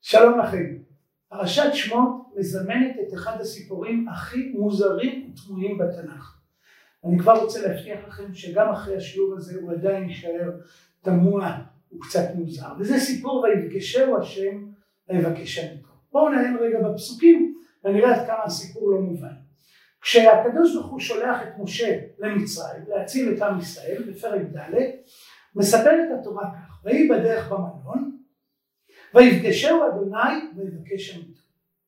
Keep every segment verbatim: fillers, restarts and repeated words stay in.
שלום לכם. פרשת שמות מזמנת את אחד הסיפורים הכי מוזרים ותמוהים בתנ"ך. אני כבר רוצה להבטיח לכם שגם אחרי השיעור הזה הוא עדיין יישאר תמוה וקצת מוזר. וזה סיפור ויבקשהו השם ויבקש עמיתו. בואו נעיין רגע בפסוקים ונראה עד כמה הסיפור לא מובן. כשהקדוש ברוך הוא שולח את משה למצרים להציל את עם ישראל, בפרק ד' מספרת התורה כך: ויהי בדרך במלון ויפגשהו אדוני ויבקש עמיתו.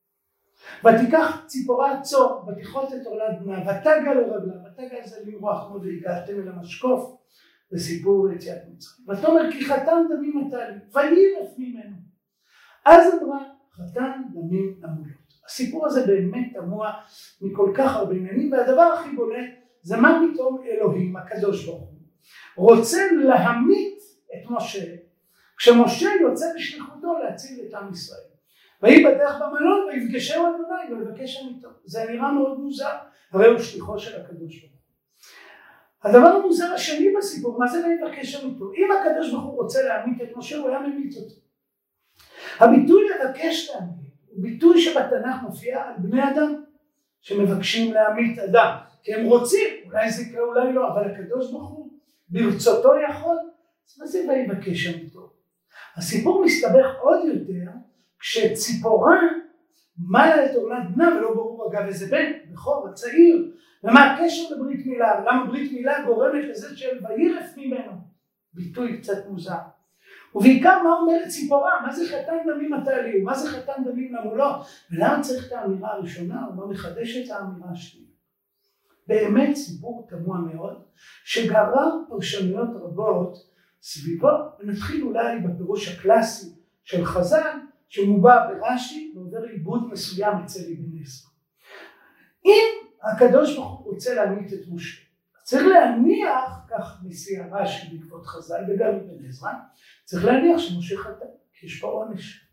ותיקח ציפורה צור ותכרות את עולת בנה ותגע לרגלה, ותגע זה למרוח כמו והגעתם אל המשקוף בסיפור יציאת מצרים. ותאמר כי חתן דמים אתה לי וירף ממנו. אז אמרה חתן דמים למולות. הסיפור הזה באמת תמוה מכל כך הרבה עניינים, והדבר הכי בולט זה מה פתאום אלוהים הקדוש ברוך הוא רוצה להמית את משה כשמשה יוצא בשליחותו להציל את עם ישראל. ויהי בדרך במלון ויפגשהו אדוני ויבקש עמיתו. זה נראה מאוד מוזר, הרי הוא שליחו של הקדוש ברוך הוא. הדבר המוזר השני בסיפור, מה זה ויבקש עמיתו? אם הקדוש ברוך הוא רוצה להמית את משה, הוא היה ממית אותו. הביטוי לבקש להמית הוא ביטוי שבתנ"ך מופיע על בני אדם שמבקשים להמית אדם, כי הם רוצים, אולי זה יקרה אולי לא, אבל הקדוש ברוך הוא ברצותו יכול. אז מה זה ויבקש עמיתו? הסיפור מסתבך עוד יותר כשציפורה מלה את עולת בנה, ולא ברור אגב איזה בן, בכור, הצעיר, ומה הקשר לברית מילה, למה ברית מילה גורמת לזה של וירף ממנו, ביטוי קצת מוזר. ובעיקר מה אומרת ציפורה, מה זה חתן דמים אתה לי, מה זה חתן דמים למולו, ולמה צריך את האמירה הראשונה, ומה מחדש את האמירה השנייה. באמת סיפור תמוה מאוד, שגרר פרשנויות רבות סביבו, ונתחיל אולי בפירוש הקלאסי של חז"ל, שמובא ברש"י ועובר עיבוד מסוים אצל אבן עזרא. אם הקדוש ברוך הוא רוצה להמית את משה, צריך להניח, כך מסיע רש"י בעקבות חז"ל וגם אבן עזרא, צריך להניח שמשה חטא, כי יש פה עונש.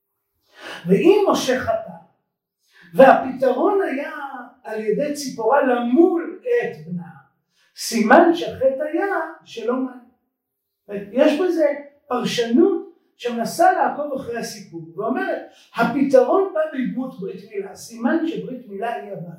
ואם משה חטא, והפתרון היה על ידי ציפורה למול את בנה, סימן שהחטא היה שלא מן. יש בזה פרשנות שמנסה לעקוב אחרי הסיפור, ואומרת, הפתרון בא בדמות ברית מילה, סימן שברית מילה היא הבעיה.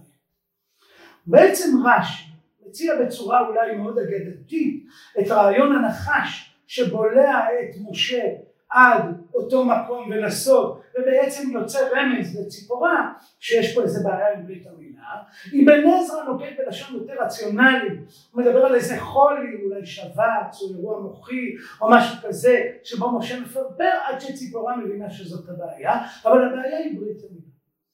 בעצם רש"י מציע בצורה אולי מאוד אגדתית את רעיון הנחש שבולע את משה עד אותו מקום ונסות, ובעצם יוצא רמז לציפורה שיש פה איזה בעיה עם ברית המילה. אבן עזרא נוקט בלשון יותר רציונלי, הוא מדבר על איזה חולי, אולי שבץ או אירוע מוחי או משהו כזה שבו משה מפרפר עד שציפורה מבינה שזאת הבעיה, אבל הבעיה היא ברית המילה.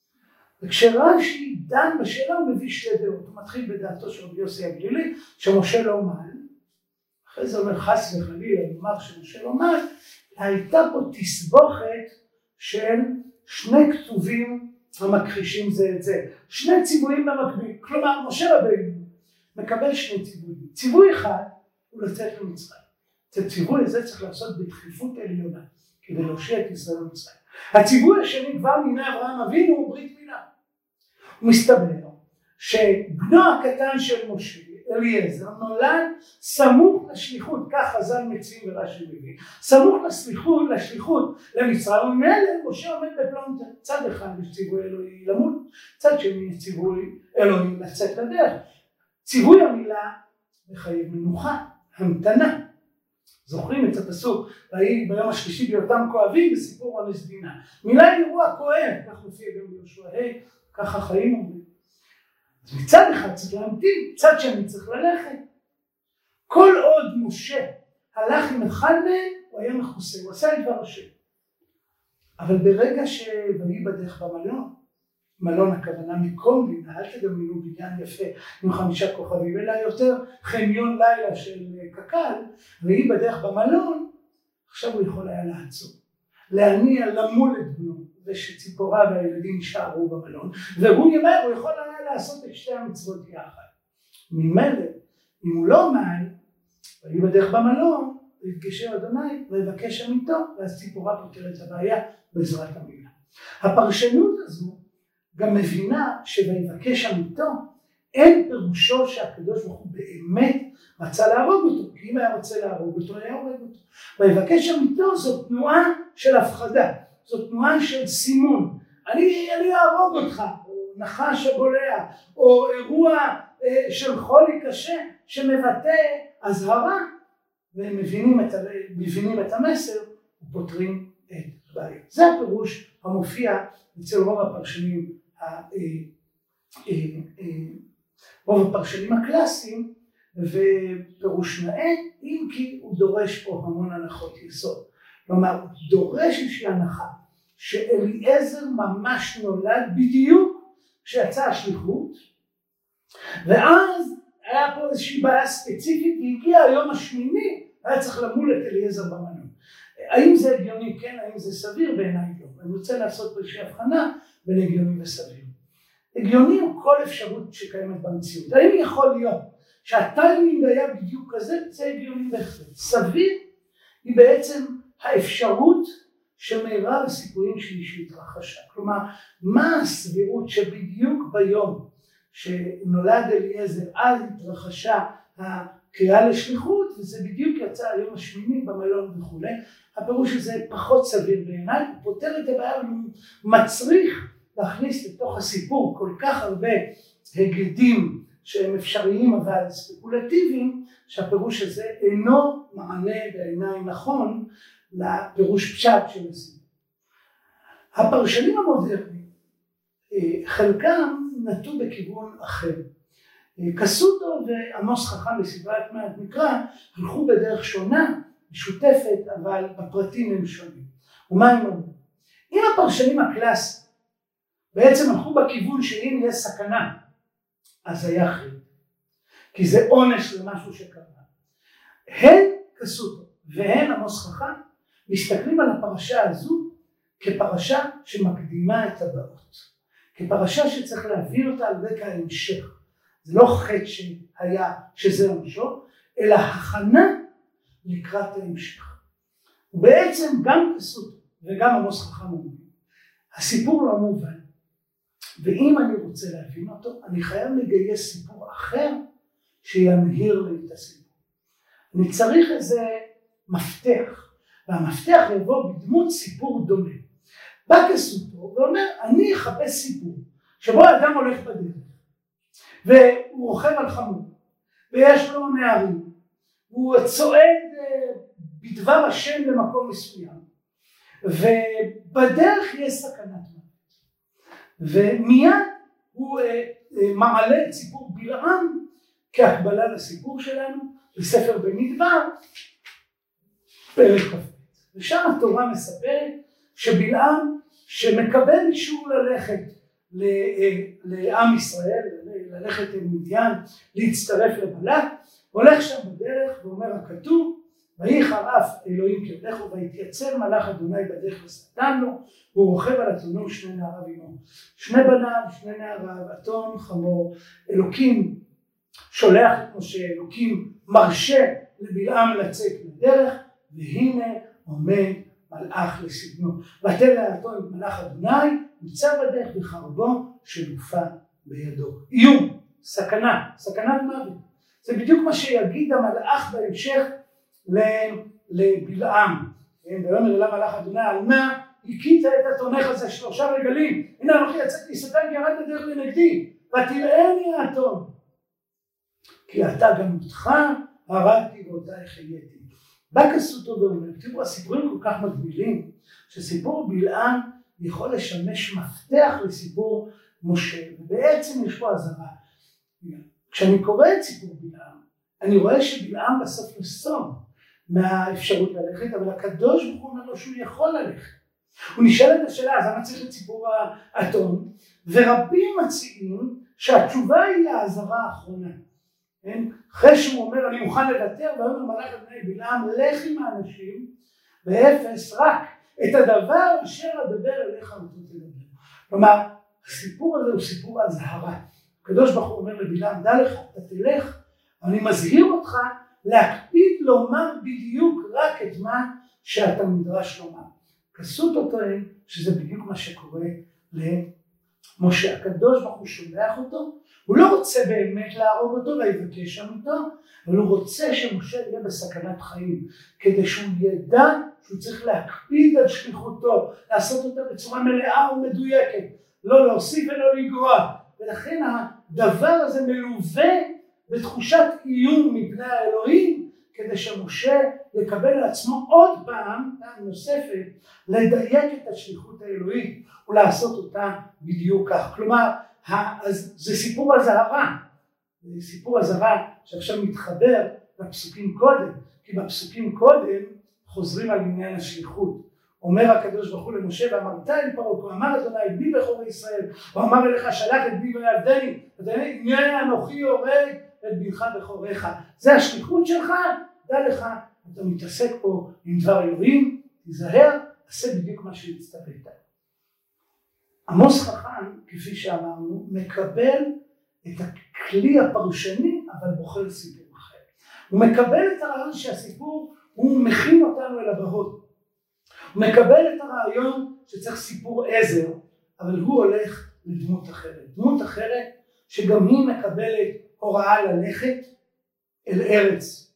וכשרש"י דן בשאלה הוא מביא שתי דעות, הוא מתחיל בדעתו של רבי יוסי הגלילי שמשה לא מעל, אחרי זה אומר חס וחלילה נאמר שמשה לא מעל, הייתה פה תסבוכת של שני כתובים המכחישים זה את זה, שני ציוויים במקביל. כלומר משה רבינו מקבל שני ציוויים, ציווי אחד הוא לצאת למצרים, את הציווי הזה צריך לעשות בדחיפות עליונה כדי להושיע את ישראל למצרים. הציווי השני כבר מימי אברהם אבינו הוא ברית מילה. מסתבר שבנו הקטן של משה אליעזר נולד סמוך לשליחות, כך חז"ל מציעים ורש"י מביא, סמוך לשליחות, לשליחות למצרים, ומאלה משה עומד בפלונטר, צד אחד יש ציווי אלוהי למות, צד שני יש ציווי אלוהי לצאת לדרך. ציווי המילה מחייב מנוחה, המתנה. זוכרים את הפסוק ביום השלישי בהיותם כואבים בסיפור אונס דינה, מילה היא אירוע כואב, כך מופיע גם ביהושע ה', ככה חיים אומרים. אז מצד אחד צריך להמתין, מצד שני צריך ללכת. כל עוד משה הלך עם אחד מהם, הוא היה מכוסה, הוא עשה את דבר השם. אבל ברגע שויהי בדרך במלון, מלון הכוונה מקום לינה, אל תדמיינו בניין יפה עם חמישה כוכבים, אלא יותר חניון לילה של קק"ל, ויהי בדרך במלון, עכשיו הוא יכול היה לעצור, להניע למול את בנו, ושציפורה והילדים יישארו במלון, והוא ימר, הוא יכול היה לעשות את שתי המצוות יחד. ממילא, אם הוא לא מעל, ויהי בדרך במלון, ויפגשהו אדוני ויבקש עמיתו, ואז ציפורה פותרת את הבעיה בעזרת המילה. הפרשנות הזו גם מבינה שויבקש עמיתו, אין פירושו שהקדוש ברוך הוא באמת רצה להרוג אותו, כי אם היה רוצה להרוג אותו, היה הורג אותו. ויבקש עמיתו זו תנועה של הפחדה. זו תנועה של סימון, אני, אני אהרוג אותך, או נחש הבולע, או אירוע אה, של חולי קשה שמבטא הזהרה, והם מבינים את, מבינים את המסר ופותרים את הבעיה. זה הפירוש המופיע אצל רוב הפרשנים, רוב הפרשנים הקלאסיים, ופירוש נאה, אם כי הוא דורש פה המון הנחות יסוד. כלומר, הוא דורש איזושהי הנחה, שאליעזר ממש נולד בדיוק כשיצאה השליחות, ואז היה פה איזושהי בעיה ספציפית, והגיע היום השמיני, היה צריך למול את אליעזר במנון. האם זה הגיוני? כן, האם זה סביר? בעיניי לא. אני רוצה לעשות איזושהי הבחנה בין הגיוני וסביר. הגיוני הוא כל אפשרות שקיימת במציאות. האם יכול להיות שהטיימינג היה בדיוק כזה? זה הגיוני בהחלט. סביר היא בעצם האפשרות שמרב הסיכויים שלי שהתרחשה. כלומר, מה הסבירות שבדיוק ביום שנולד אליעזר אז התרחשה הקריאה לשליחות, וזה בדיוק יצא היום השמיני במלון וכו'. הפירוש הזה פחות סביר בעיניי, הוא פותר את הבעיה, הוא מצריך להכניס לתוך הסיפור כל כך הרבה הגדים שהם אפשריים אבל ספקולטיביים, שהפירוש הזה אינו מענה בעיניי נכון לפירוש פשט של הסיפור. הפרשנים המודרניים, חלקם נטו בכיוון אחר. קסוטו ועמוס חכם בסדרת מעט מקרא הלכו בדרך שונה, משותפת, אבל בפרטים הם שונים. ומה הם אמרו? אם הפרשנים הקלאסיים בעצם הלכו בכיוון שאם יש סכנה, אז היה חטא, כי זה עונש למשהו שקרה. הן קסוטו והן עמוס חכם מסתכלים על הפרשה הזו כפרשה שמקדימה את הבאות, כפרשה שצריך להבין אותה על רקע ההמשך. זה לא חטא שהיה שזה עונשו, אלא הכנה לקראת ההמשך. ובעצם גם קסוטו וגם עמוס חכם אומרים, הסיפור לא מובן, ואם אני רוצה להבין אותו, אני חייב לגייס סיפור אחר שימהיר לי את הסיפור. אני צריך איזה מפתח, והמפתח יבוא בדמות סיפור דומה. בא קסוטו ואומר, אני אחפש סיפור שבו האדם הולך בדרך, והוא רוכב על חמור, ויש לו נערים, הוא צועד בדבר השם למקום מסוים, ובדרך יש סכנת מוות. ומיד הוא מעלה את סיפור בלעם כהקבלה לסיפור שלנו בספר במדבר פרק כ"ב. ושם התורה מספרת שבלעם שמקבל אישור ללכת לעם ישראל, ללכת אל מדיין, להצטרף לבלק, הולך שם בדרך ואומר הכתוב, ויחר אף אלוהים כבדך ויתייצב מלאך אדוני בדרך ושטן לו, והוא רוכב על אתונו ושני נעריו עמו. שני בניו, שני נעריו, אתון, חמור. אלוקים שולח את משה, אלוקים מרשה לבלעם לצאת לדרך, והנה עומד מלאך לסגנו. ותרא האתון מלאך אדוני, ניצב בדרך בחרבו שלופה בידו. איום, סכנה, סכנת מוות. זה בדיוק מה שיגיד המלאך בהמשך לבלעם. ויאמר אליו מלאך אדוני, על מה הכית את אתונך הזה שלושה רגלים? הנה אנוכי יצאתי שטן כי ירד לדרך לנגדי, ותראני האתון, כי אתה גנותך הרגתי ואותה החייתי. בא קסוטו ואומר, תראו, הסיפורים כל כך מקבילים, שסיפור בלעם יכול לשמש מפתח לסיפור משה, ובעצם יש פה אזהרה. כשאני קורא את סיפור בלעם, אני רואה שבלעם בסוף נסוג מהאפשרות ללכת, אבל הקדוש ברוך הוא אומר לו שהוא יכול ללכת. הוא נשאל את השאלה, אז אני צריך את סיפור האתון, ורבים מציעים שהתשובה היא האזהרה האחרונה. כן? אחרי שהוא אומר, אני מוכן לוותר, ואומר מלאך אדוני בלעם, לך עם האנשים, ואפס רק את הדבר אשר אדבר אליך אותו תדבר. כלומר, הסיפור הזה הוא סיפור הזהרה. הקדוש ברוך הוא אומר לבלעם, דע לך, אתה תלך, אני מזהיר אותך להקפיד לומר בדיוק רק את מה שאתה נדרש לומר. קסוטו טוען שזה בדיוק מה שקורה למשה. הקדוש ברוך הוא שולח אותו, הוא לא רוצה באמת להרוג אותו ויבקש שם אותו, אבל הוא רוצה שמשה יהיה בסכנת חיים, כדי שהוא ידע שהוא צריך להקפיד על שליחותו, לעשות אותה בצורה מלאה ומדויקת, לא להוסיף ולא לגרוע, ולכן הדבר הזה מלווה בתחושת איום מפני האלוהים, כדי שמשה יקבל לעצמו עוד פעם, פעם נוספת, לדייק את השליחות האלוהית ולעשות אותה בדיוק כך. כלומר, זה סיפור הזהרה, זה סיפור הזהרה שעכשיו מתחבר לפסוקים קודם, כי בפסוקים קודם חוזרים על עניין השליחות. אומר הקדוש ברוך הוא למשה, ואמרת אל פרעה, כה אמר אדוני בני בכורי ישראל, ואמר אליך שלח את בני ויעבדני, הנה אנוכי הורג את בנך בכורך. זה השליחות שלך, דע לך, אתה מתעסק פה עם דבר אלוהים, תיזהר, עשה בדיוק מה שהצטווית. עמוס חכם, כפי שאמרנו, מקבל את הכלי הפרשני, אבל בוחר סיפור אחר. הוא מקבל את הרעיון שהסיפור הוא מכין אותנו אל הבאות. הוא מקבל את הרעיון שצריך סיפור עזר, אבל הוא הולך לדמות אחרת. דמות אחרת שגם היא מקבלת הוראה ללכת אל ארץ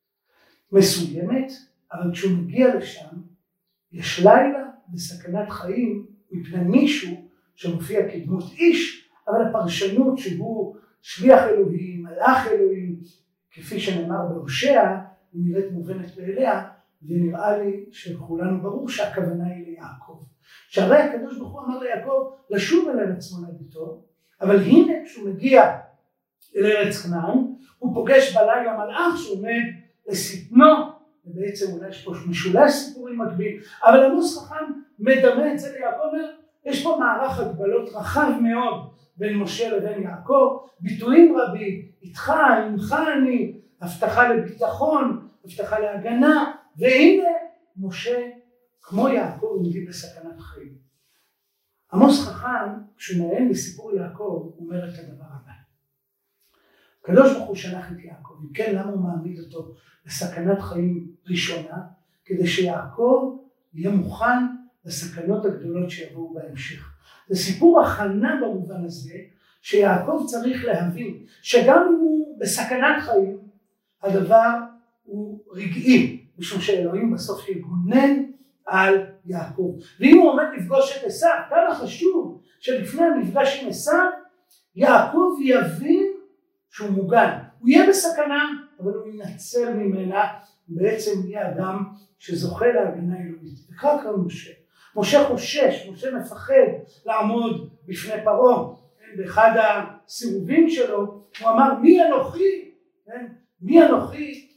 מסוימת, אבל כשהוא מגיע לשם, יש לילה בסכנת חיים מפני מישהו שמופיע כדמות איש, אבל הפרשנות שהוא שליח אלוהים, מלאך אלוהים, כפי שנאמר בהושע, היא נראית מובנת מאליה, ונראה לי שכולנו ברור שהכוונה היא ליעקב. שהרי הקדוש ברוך הוא אמר ליעקב לשוב אל ארץ מולדתו, אבל הנה כשהוא מגיע אל ארץ כנען, הוא פוגש בלילה מלאך שעומד לשטנו, ובעצם אולי יש פה משולש סיפורים מקביל, אבל עמוס חכם מדמה את זה ליעקב, אומר, יש פה מערך הגבלות רחב מאוד בין משה לבין יעקב, ביטויים רבים, איתך, עמך אני, הבטחה לביטחון, הבטחה להגנה, והנה משה כמו יעקב עומדים בסכנת חיים. עמוס חכם, כשהוא מעיין בסיפור יעקב, אומר את הדבר הבא. הקדוש ברוך הוא שלח את יעקב, וכן למה הוא מעמיד אותו בסכנת חיים ראשונה, כדי שיעקב יהיה מוכן לסכנות הגדולות שיבואו בהמשך. זה סיפור הכנה במובן הזה, שיעקב צריך להבין שגם אם הוא בסכנת חיים, הדבר הוא רגעי, משום שאלוהים בסוף יגונן על יעקב. ואם הוא עומד לפגוש את עשיו, כמה חשוב שלפני המפגש עם עשיו, יעקב יבין שהוא מוגן. הוא יהיה בסכנה, אבל הוא ינצל ממנה, בעצם יהיה אדם שזוכה להגנה אלוהית. וכך קרה משה. משה חושש, משה מפחד לעמוד בפני פרעה. באחד הסירובים שלו, הוא אמר, מי אנוכי? מי אנוכי?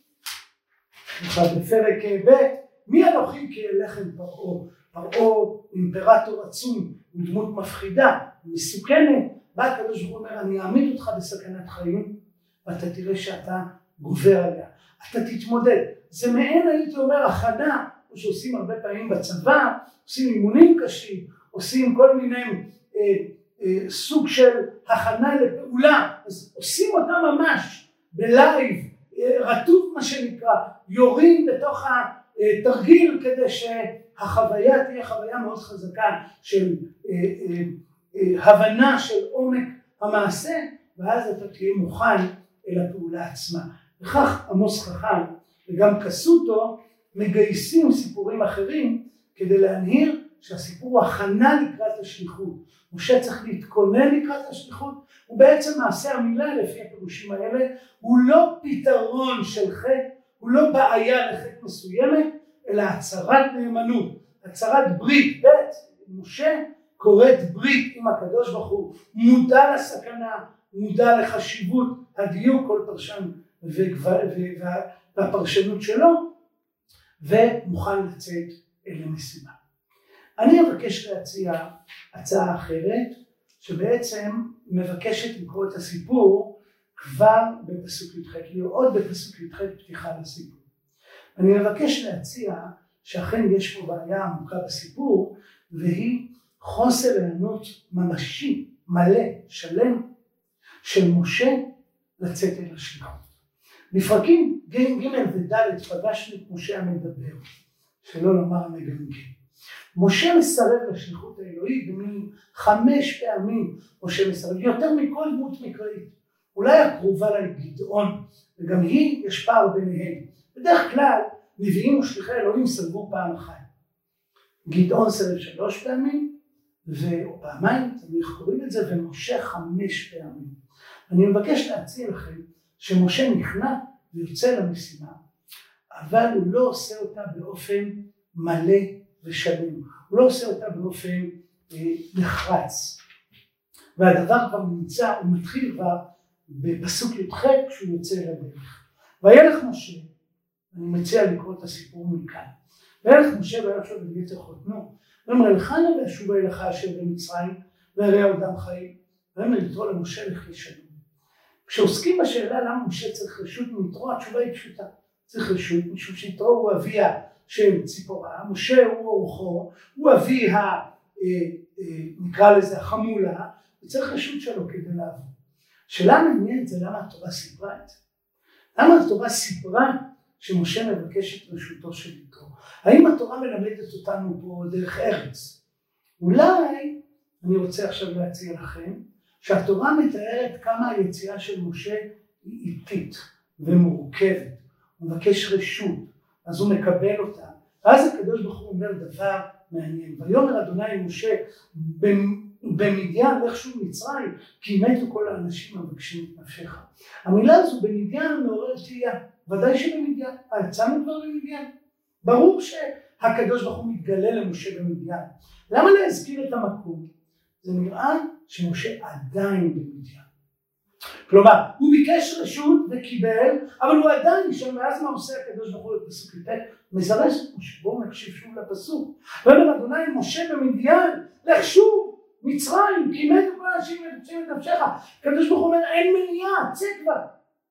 בפרק ב', מי אנוכי כי אלך אל פרעה? פרעה אימפרטור עצום, הוא דמות מפחידה, מסוכנת. בא הקדוש ברוך הוא אומר, אני אעמיד אותך בסכנת חיים, ואתה תראה שאתה גובר עליה. אתה תתמודד. זה מעין, הייתי אומר, הכנה, כמו שעושים הרבה פעמים בצבא, עושים אימונים קשים, עושים כל מיני אה, אה, סוג של הכנה לפעולה, אז עושים אותה ממש בלייב, אה, רטוב מה שנקרא, יורים בתוך התרגיל כדי שהחוויה תהיה חוויה מאוד חזקה של אה, אה, אה, הבנה של עומק המעשה, ואז אתה תהיה מוכן אל הפעולה עצמה. וכך עמוס חכם וגם קסוטו מגייסים סיפורים אחרים כדי להנהיר שהסיפור הוא הכנה לקראת השליחות. משה צריך להתכונן לקראת השליחות, ובעצם מעשה המילה לפי הפירושים האלה הוא לא פתרון של חטא, הוא לא בעיה לחטא מסוימת, אלא הצהרת נאמנות, הצהרת ברית. בית משה קוראת ברית עם הקדוש ברוך הוא, מודע לסכנה, מודע לחשיבות הדיוק, כל פרשן והפרשנות שלו, ומוכן לצאת אל המשימה. אני מבקש להציע הצעה אחרת, שבעצם מבקשת לקרוא את הסיפור כבר בפסוק י"ח, עוד בפסוק י"ח פתיחה לסיפור. אני מבקש להציע שאכן יש פה בעיה עמוקה בסיפור, והיא חוסר הענות ממשי, מלא, שלם, של משה לצאת אל השליחות. בפרקים ג' וד' פגשנו את משה המדבר, שלא לומר המגמגם. משה מסרב לשליחות האלוהית, במילים חמש פעמים משה מסרב, יותר מכל דמות מקראית. אולי הקרובה לה גדעון, וגם היא יש פער ביניהם. בדרך כלל הנביאים ושליחי אלוהים סרבו פעם אחת. גדעון סרב שלוש פעמים, או פעמיים, תלוי איך קוראים את זה, ומשה חמש פעמים. אני מבקש להציע לכם שמשה נכנע ויוצא למשימה, אבל הוא לא עושה אותה באופן מלא ושלם. הוא לא עושה אותה באופן אה, נחרץ. והדבר כבר נמצא, הוא מתחיל כבר בפסוק י"ח כשהוא יוצא לדרך. וילך משה, אני מציע לקרוא את הסיפור מכאן. וילך משה וישב אל יתר חותנו, ואמר אל חנה ואשובה אליך אשר במצרים, וירא אדם חיים, ואמר יתרו למשה לך לשלום. כשעוסקים בשאלה למה משה צריך רשות מיתרו, התשובה היא פשוטה. צריך רשות משום שיתרו הוא אביה של ציפורה, משה הוא אורחו, הוא אבי ה... אה, אה, נקרא לזה החמולה, וצריך רשות שלו כדי לעבור. שאלה מעניינת זה למה התורה סיפרה את זה. למה התורה סיפרה שמשה מבקש את רשותו של יתרו? האם התורה מלמדת אותנו פה דרך ארץ? אולי אני רוצה עכשיו להציע לכם שהתורה מתארת כמה היציאה של משה היא איטית ומורכבת. הוא מבקש רשות, אז הוא מקבל אותה. ואז הקדוש ברוך הוא אומר דבר מעניין. ויאמר אדוני משה במדיין לך שוב מצרים, כי מתו כל האנשים המבקשים את נפשך. המילה הזו במדיין מעוררת תהייה. ודאי שבמדיין, יצאנו כבר במדיין. ברור שהקדוש ברוך הוא מתגלה למשה במדיין. למה להזכיר את המקום? זה נראה שמשה עדיין במדיין. כלומר, הוא ביקש רשות וקיבל, אבל הוא עדיין שם, ואז מה עושה הקדוש ברוך הוא בפסוק י"ט? מזרז את משה. בואו נקשיב שוב לפסוק. ואומר אדוני משה במדיין, לך שוב מצרים, כי מתו כל האנשים מבקשים את נפשך. הקדוש ברוך הוא אומר, אין מניעה, צא כבר.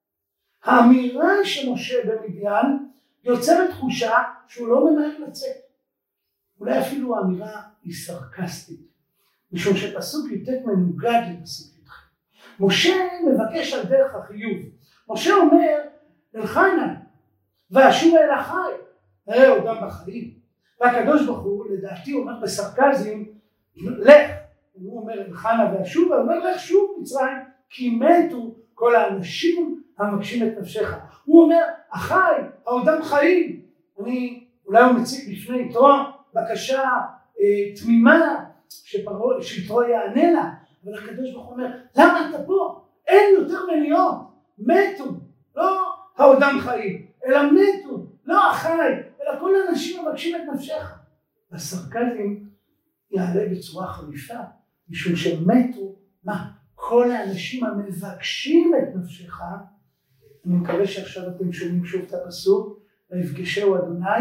האמירה שמשה במדיין יוצרת תחושה שהוא לא ממהר לצאת. אולי אפילו האמירה היא סרקסטית, משום שפסוק י"ט מנוגד לפסוק י"ח. משה מבקש על דרך החיוב. משה אומר אל חנה ואשובה אל החי, הרי עודם בחיים. והקדוש ברוך הוא לדעתי אומר בסרקזם לך, הוא אומר אל חנה ואשובה, הוא אומר לך שוב מצרים, כי מתו כל האנשים המבקשים את נפשך. הוא אומר החי, העודם חיים. אני, אולי הוא מציג בפני יתרו בקשה אה, תמימה שפרו, שיתרו יענה לה, אבל הקדוש ברוך הוא אומר למה אתה פה? אין יותר מניעות. מתו, לא העודם חיים, אלא מתו, לא החי, אלא כל האנשים מבקשים את נפשך. הסרקזם יעלה בצורה חריפה, משום שמתו, מה? כל האנשים המבקשים את נפשך. אני מקווה שעכשיו אתם שומעים שוב את הפסוק, ויפגשהו אדוני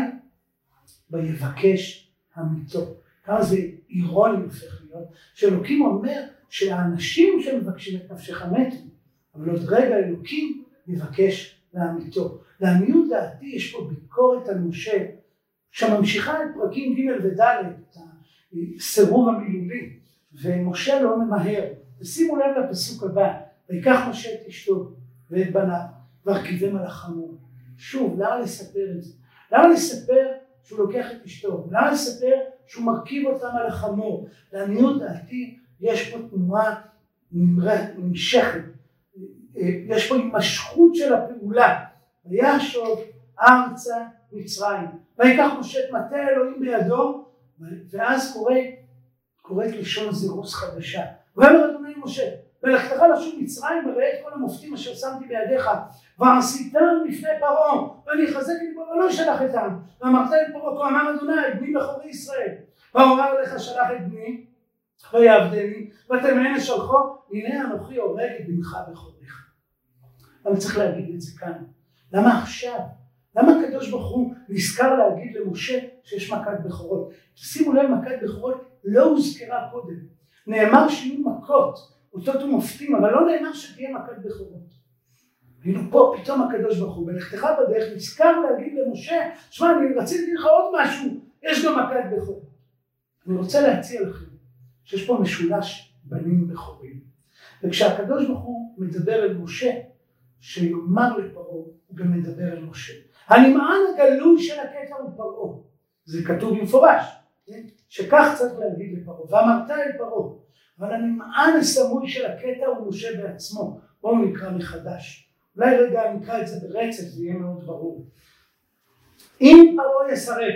ויבקש המיתו. כמה זה אירוני הופך להיות, שאלוקים אומר שהאנשים שמבקשים את נפשך מתו, אבל עוד רגע אלוקים יבקש להמיתו. לעניות דעתי יש פה ביקורת על משה, שממשיכה את פרקים ג' וד', את הסירוב המילולי, ומשה לא ממהר. ושימו לב לפסוק הבא, ויקח משה את אשתו ואת בניו, והרכיבם על החמור. שוב, למה לספר את זה? למה לספר שהוא לוקח את אשתו? למה לספר שהוא מרכיב אותם על החמור? לעניות דעתי יש פה תנועה נמשכת, יש פה הימשכות של הפעולה. וישוב ארצה מצרים, ויקח משה את מטה אלוהים בידו, ואז קורא, קוראת לשון זירוס חדשה. ואומר אדוני משה, ולכתך לשוב מצרים וראה את כל המופתים אשר שמתי בידיך, ועשיתם לפני פרעה, ואני אחזק את ליבו ולא שלח את העם. ואמרת אל פרעה, כה אמר אדוני, בני בכורי ישראל. ואומר לך שלח את בני, ויעבדני, ותמאן שלחו, הנה אנוכי הורג את בנך בכוריך. אבל צריך להגיד את זה כאן. למה עכשיו? למה הקדוש ברוך הוא נזכר להגיד למשה שיש מכת בכורות? שימו לב, מכת בכורות לא הוזכרה קודם. נאמר שיהיו מכות, אותות ומופתים, אבל לא נאמר שתהיה מכת בכורות. ואילו פה פתאום הקדוש ברוך הוא בלכתך בדרך נזכר להגיד למשה, שמע, אני רציתי להגיד לך עוד משהו, יש גם מכת בכורות. אני רוצה להציע לכם שיש פה משולש בנים בכורים. וכשהקדוש ברוך הוא מדבר אל משה, שיאמר לפרעה, הוא גם מדבר אל משה. הנמען הגלוי של הקטע הוא פרעה. זה כתוב במפורש, כן? שכך צריך להגיד לפרעה, ואמרת אל פרעה. אבל הנמען הסמוי של הקטע הוא משה בעצמו. בואו נקרא מחדש. אולי רגע נקרא את זה ברצף, זה יהיה מאוד ברור. אם פרעה יסרב,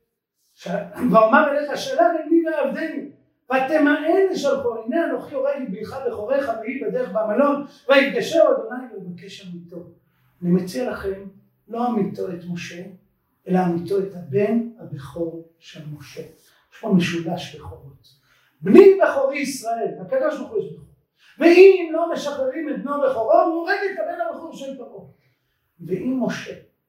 ואומר אליך שלח את בני ועבדני ותמאן לשלחו, הנה אנוכי הורג את בנך בכורך ויהי בדרך במלון ויפגשהו אדוני ויבקש עמיתו. אני מציע לכם לא עמיתו את משה, אלא עמיתו את הבן הבכור של משה. יש פה משולש בכורות. בני בכורי ישראל, הקדוש ברוך הוא יש בכור. ואם לא משחררים את בנו בכורו, הוא הורג את הבן הבכור של פרעה. ואם משה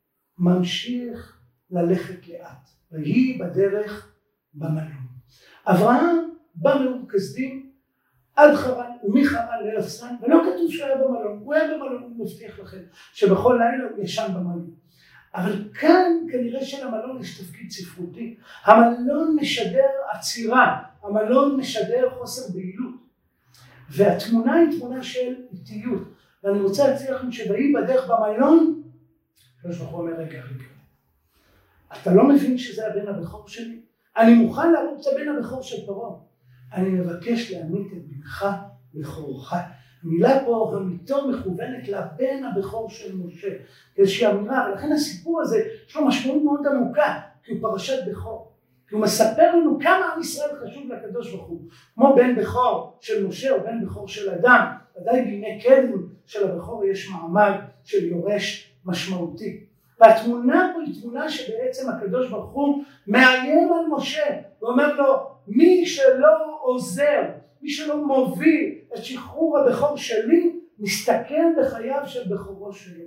ממשיך ללכת לאט, ויהי בדרך במלון. אברהם בא מאור כשדים עד חרן ומחרן לארץ כנען, ולא כתוב שהיה במלון, הוא היה במלון, הוא מבטיח לכם שבכל לילה הוא ישן במלון. אבל כאן כנראה שלמלון יש תפקיד ספרותי. המלון משדר עצירה, המלון משדר חוסר בהילות. והתמונה היא תמונה של איטיות. ואני רוצה להציע לכם שבהי בדרך במלון, הקדוש ברוך הוא אומר רגע רגע. אתה לא מבין שזה הבן הבכור שלי? אני מוכן להרוג את הבן הבכור של פרעה. אני מבקש להמית את בנך בכורך. המילה פה, המיתו מכוונת לבן הבכור של משה. איזושהי אמירה, ולכן הסיפור הזה יש לו משמעות מאוד עמוקה, כי הוא פרשת בכור. כי הוא מספר לנו כמה עם ישראל חשוב לקדוש ברוך הוא. כמו בן בכור של משה או בן בכור של אדם, ודאי בימי קדם של הבכור יש מעמד של יורש משמעותי. והתמונה פה היא תמונה שבעצם הקדוש ברוך הוא מאיים על משה, ואומר לו, מי שלא עוזר, מי שלא מוביל את שחרור הבכור שלי, מסתכן בחייו של בכורו שלו.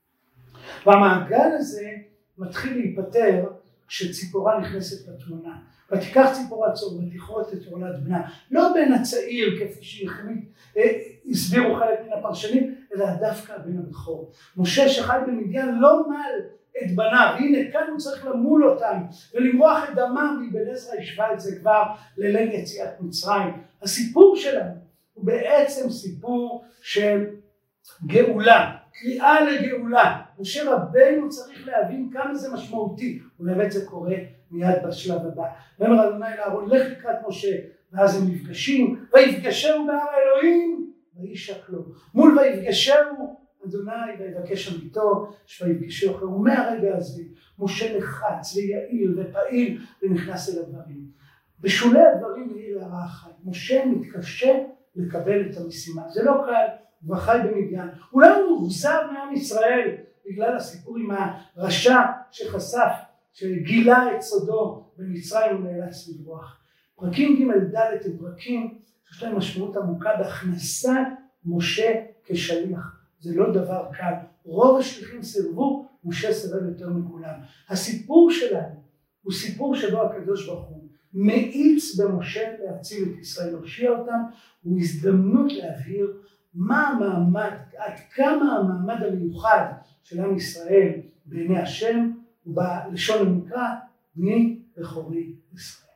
והמעגל הזה מתחיל להיפטר כשציפורה נכנסת לתמונה. ותיקח ציפורה צור ותכרות את עולת בנה. לא בן הצעיר כפי שהחליט, הסבירו חלק מן הפרשנים, אלא דווקא בן הבכור. משה שחי במדיין לא מל את בניו, והנה כאן הוא צריך למול אותם ולמרוח את דמם, ואבן עזרא השווה את זה כבר לליל יציאת מצרים. הסיפור שלנו הוא בעצם סיפור של גאולה, קריאה לגאולה. משה רבנו צריך להבין כמה זה משמעותי, ובאמת זה קורה מיד בשלב הבא. ואמר אדוני לאהרון לך לקראת משה, ואז הם נפגשים, ויפגשהו בהר האלוהים וישקלו. מול ויפגשהו אדוני ויבקש עמיתו, ויפגשהו אחר. ומהרגע הזה משה לחץ ויעיל ופעיל ונכנס אל הדברים. בשולי הדברים העיר הערה אחת, משה מתקשה לקבל את המשימה. זה לא קל, הוא חי במדיין. אולי הוא מאוכזב מעם ישראל בגלל הסיפור עם הרשע שחשף, שגילה את סודו במצרים ונאלץ לברוח. פרקים ג' ד' הם פרקים שיש להם משמעות עמוקה בהכנסת משה כשליח. זה לא דבר קל. רוב השליחים סירבו, משה סירב יותר מכולם. הסיפור שלנו הוא סיפור שבו הקדוש ברוך הוא מאיץ במשה להציל את ישראל, להושיע אותם, הוא הזדמנות להבהיר מה המעמד, עד כמה המעמד המיוחד של עם ישראל בעיני השם, ובלשון המקרא, בני בכורי ישראל.